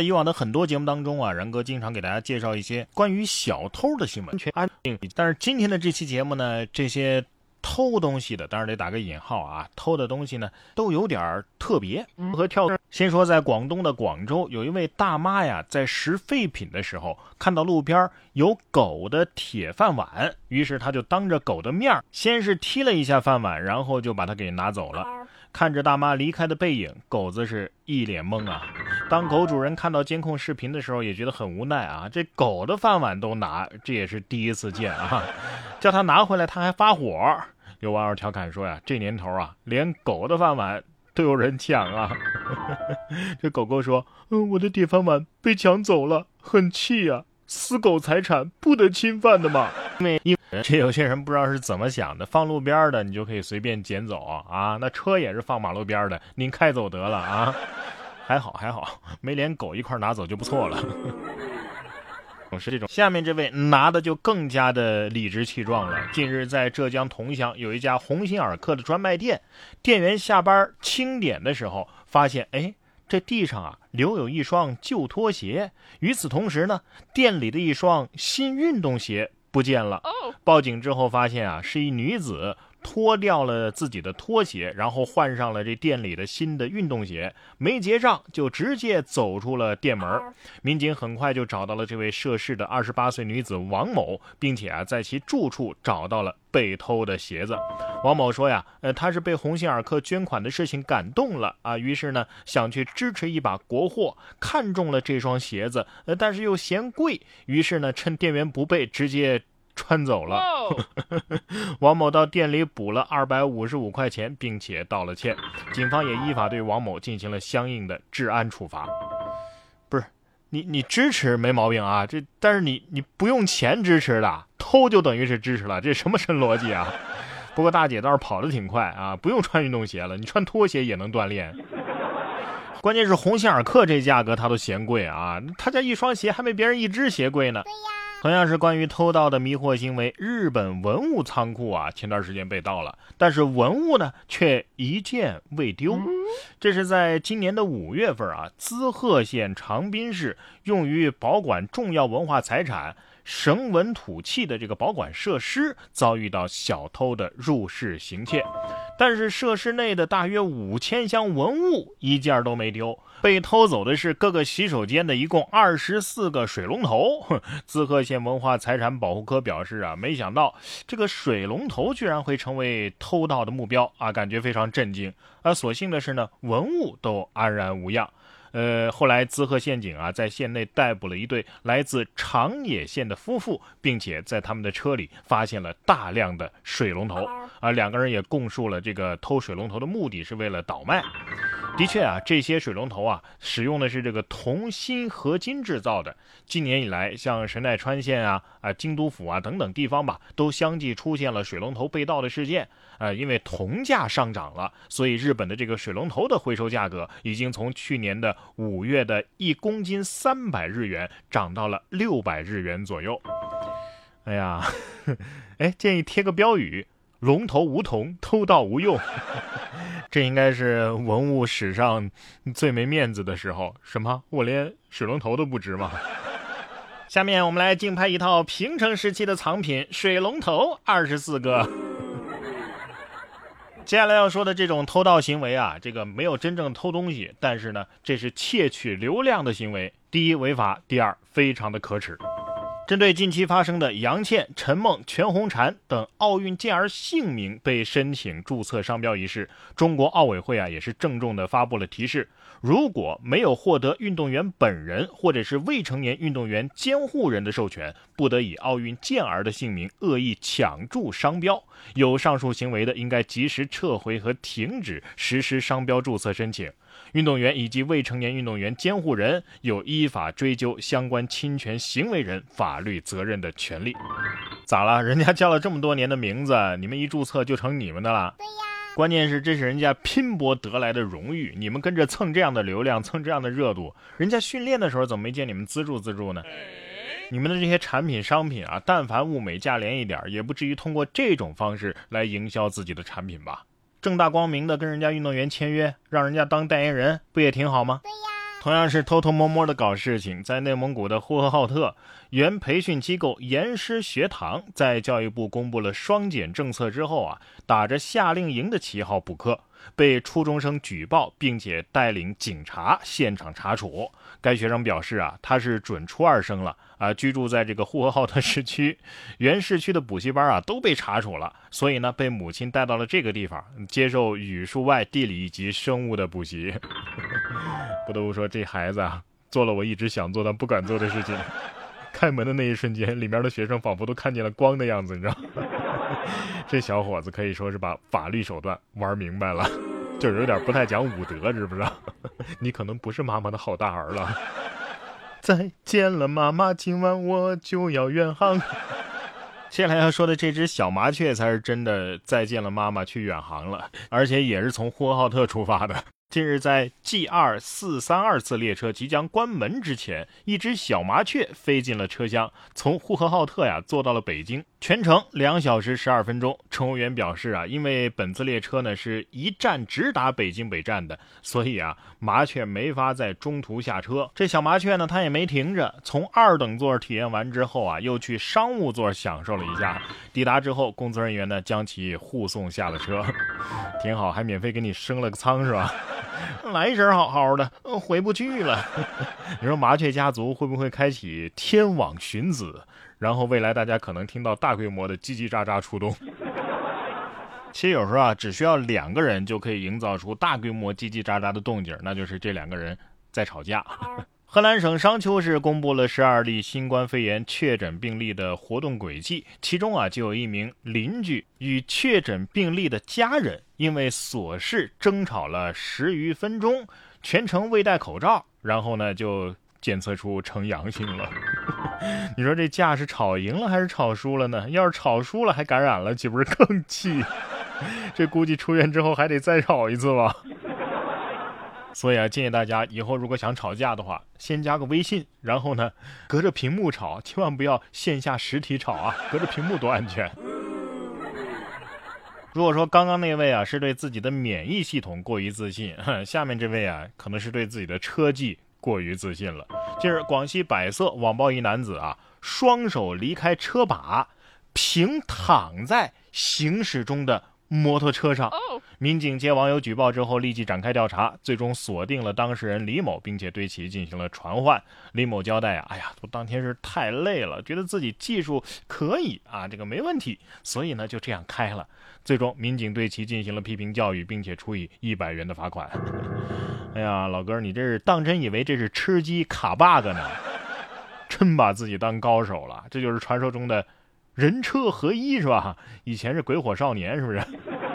以往的很多节目当中啊，然哥经常给大家介绍一些关于小偷的新闻，但是今天的这期节目呢，这些偷东西的，当然得打个引号啊，偷的东西呢都有点特别和跳。先说在广东的广州，有一位大妈呀，在拾废品的时候看到路边有狗的铁饭碗，于是她就当着狗的面先是踢了一下饭碗，然后就把它给拿走了。看着大妈离开的背影，狗子是一脸懵啊。当狗主人看到监控视频的时候，也觉得很无奈啊，这狗的饭碗都拿，这也是第一次见啊。叫他拿回来，他还发火。有网友调侃说呀，这年头啊，连狗的饭碗都有人抢啊。这狗狗说，我的铁饭碗被抢走了，很气啊，私狗财产不得侵犯的嘛。因为这有些人不知道是怎么想的，放路边的你就可以随便捡走啊，那车也是放马路边的，您开走得了啊。还好没连狗一块拿走就不错了。是这种，下面这位拿的就更加的理直气壮了。近日在浙江桐乡有一家鸿星尔克的专卖店，店员下班清点的时候发现，这地上啊留有一双旧拖鞋，与此同时呢，店里的一双新运动鞋不见了。报警之后发现啊，是一女子脱掉了自己的拖鞋，然后换上了这店里的新的运动鞋，没结账就直接走出了店门。民警很快就找到了这位涉事的28岁女子王某，并且啊在其住处找到了被偷的鞋子。王某说呀，他是被鸿星尔克捐款的事情感动了啊，于是呢想去支持一把国货，看中了这双鞋子，但是又嫌贵，于是呢趁店员不备直接穿走了。王某到店里补了255块钱，并且道了歉。警方也依法对王某进行了相应的治安处罚。不是你支持没毛病啊，但是你不用钱支持的，偷就等于是支持了，这什么神逻辑啊？不过大姐倒是跑得挺快啊，不用穿运动鞋了，你穿拖鞋也能锻炼。关键是鸿星尔克这价格他都嫌贵啊，他家一双鞋还没别人一只鞋贵呢。对呀。同样是关于偷盗的迷惑行为，日本文物仓库啊，前段时间被盗了，但是文物呢却一件未丢。这是在今年的5月份啊，滋贺县长滨市用于保管重要文化财产绳文土器的这个保管设施遭遇到小偷的入室行窃，但是设施内的大约5000箱文物一件都没丢。被偷走的是各个洗手间的一共24个水龙头。滋贺县文化财产保护科表示啊，没想到这个水龙头居然会成为偷盗的目标啊，感觉非常震惊。所幸的是呢，文物都安然无恙。后来滋贺县警啊，在县内逮捕了一对来自长野县的夫妇，并且在他们的车里发现了大量的水龙头2个人也供述了这个偷水龙头的目的是为了倒卖。的确啊，这些水龙头啊，使用的是这个铜锌合金制造的。近年以来，像神奈川县啊、京都府啊等等地方吧，都相继出现了水龙头被盗的事件。因为铜价上涨了，所以日本的这个水龙头的回收价格已经从去年的5月的1公斤300日元涨到了600日元左右。哎呀，建议贴个标语：龙头无铜，偷盗无用。这应该是文物史上最没面子的时候。什么？我连水龙头都不值吗？下面我们来竞拍一套平成时期的藏品水龙头24个。接下来要说的这种偷盗行为啊，这个没有真正偷东西，但是呢，这是窃取流量的行为。第一违法，第二非常的可耻。针对近期发生的杨倩、陈梦、全红婵等奥运健儿姓名被申请注册商标一事，中国奥委会啊也是郑重地发布了提示：如果没有获得运动员本人或者是未成年运动员监护人的授权，不得以奥运健儿的姓名恶意抢注商标。有上述行为的，应该及时撤回和停止实施商标注册申请。运动员以及未成年运动员监护人有依法追究相关侵权行为人法律责任的权利。咋了？人家叫了这么多年的名字，你们一注册就成你们的了？对呀。关键是这是人家拼搏得来的荣誉，你们跟着蹭这样的流量，蹭这样的热度，人家训练的时候怎么没见你们资助呢？你们的这些产品商品啊，但凡物美价廉一点，也不至于通过这种方式来营销自己的产品吧？正大光明的跟人家运动员签约，让人家当代言人，不也挺好吗？对呀。 同样是偷偷摸摸的搞事情，在内蒙古的呼和浩特，原培训机构严师学堂在教育部公布了双减政策之后啊，打着夏令营的旗号补课，被初中生举报，并且带领警察现场查处。该学生表示啊，他是准初二生了啊，居住在这个呼和浩特市区，原市区的补习班啊都被查处了，所以呢被母亲带到了这个地方接受语数外、地理以及生物的补习。不得不说，这孩子啊做了我一直想做但不敢做的事情。开门的那一瞬间，里面的学生仿佛都看见了光的样子，你知道这小伙子可以说是把法律手段玩明白了，就是有点不太讲武德，知不知道？你可能不是妈妈的好大儿了。再见了妈妈，今晚我就要远航。接下来要说的这只小麻雀才是真的再见了妈妈去远航了，而且也是从呼和浩特出发的。近日在 G2432 次列车即将关门之前，一只小麻雀飞进了车厢，从呼和浩特坐到了北京，全程2小时12分钟。乘务员表示啊，因为本次列车呢是一站直达北京北站的，所以啊麻雀没法在中途下车。这小麻雀呢，它也没停着，从2等座体验完之后啊，又去商务座享受了一下。抵达之后，工作人员呢将其护送下了车，挺好，还免费给你升了个舱是吧？来一声好好的，回不去了。你说麻雀家族会不会开启天网寻子，然后未来大家可能听到大规模的叽叽喳喳出动。其实有时候啊，只需要2个人就可以营造出大规模叽叽喳喳的动静，那就是这2个人在吵架。河南省商丘市公布了12例新冠肺炎确诊病例的活动轨迹，其中啊就有一名邻居与确诊病例的家人因为琐事争吵了10余分钟，全程未戴口罩，然后呢就检测出呈阳性了。你说这架是吵赢了还是吵输了呢？要是吵输了还感染了，岂不是更气？这估计出院之后还得再吵一次吧。所以啊，建议大家以后如果想吵架的话，先加个微信，然后呢隔着屏幕吵，千万不要线下实体吵啊，隔着屏幕多安全。如果说刚刚那位啊是对自己的免疫系统过于自信，下面这位啊可能是对自己的车技过于自信了。近日广西百色网曝一男子啊双手离开车把，平躺在行驶中的摩托车上。民警接网友举报之后立即展开调查，最终锁定了当事人李某，并且对其进行了传唤。李某交代啊，哎呀，我当天是太累了，觉得自己技术可以啊，这个没问题，所以呢就这样开了。最终民警对其进行了批评教育，并且处以100元的罚款。哎呀，老哥，你这是当真以为这是吃鸡卡 bug 呢？真把自己当高手了，这就是传说中的人车合一是吧？以前是鬼火少年是不是？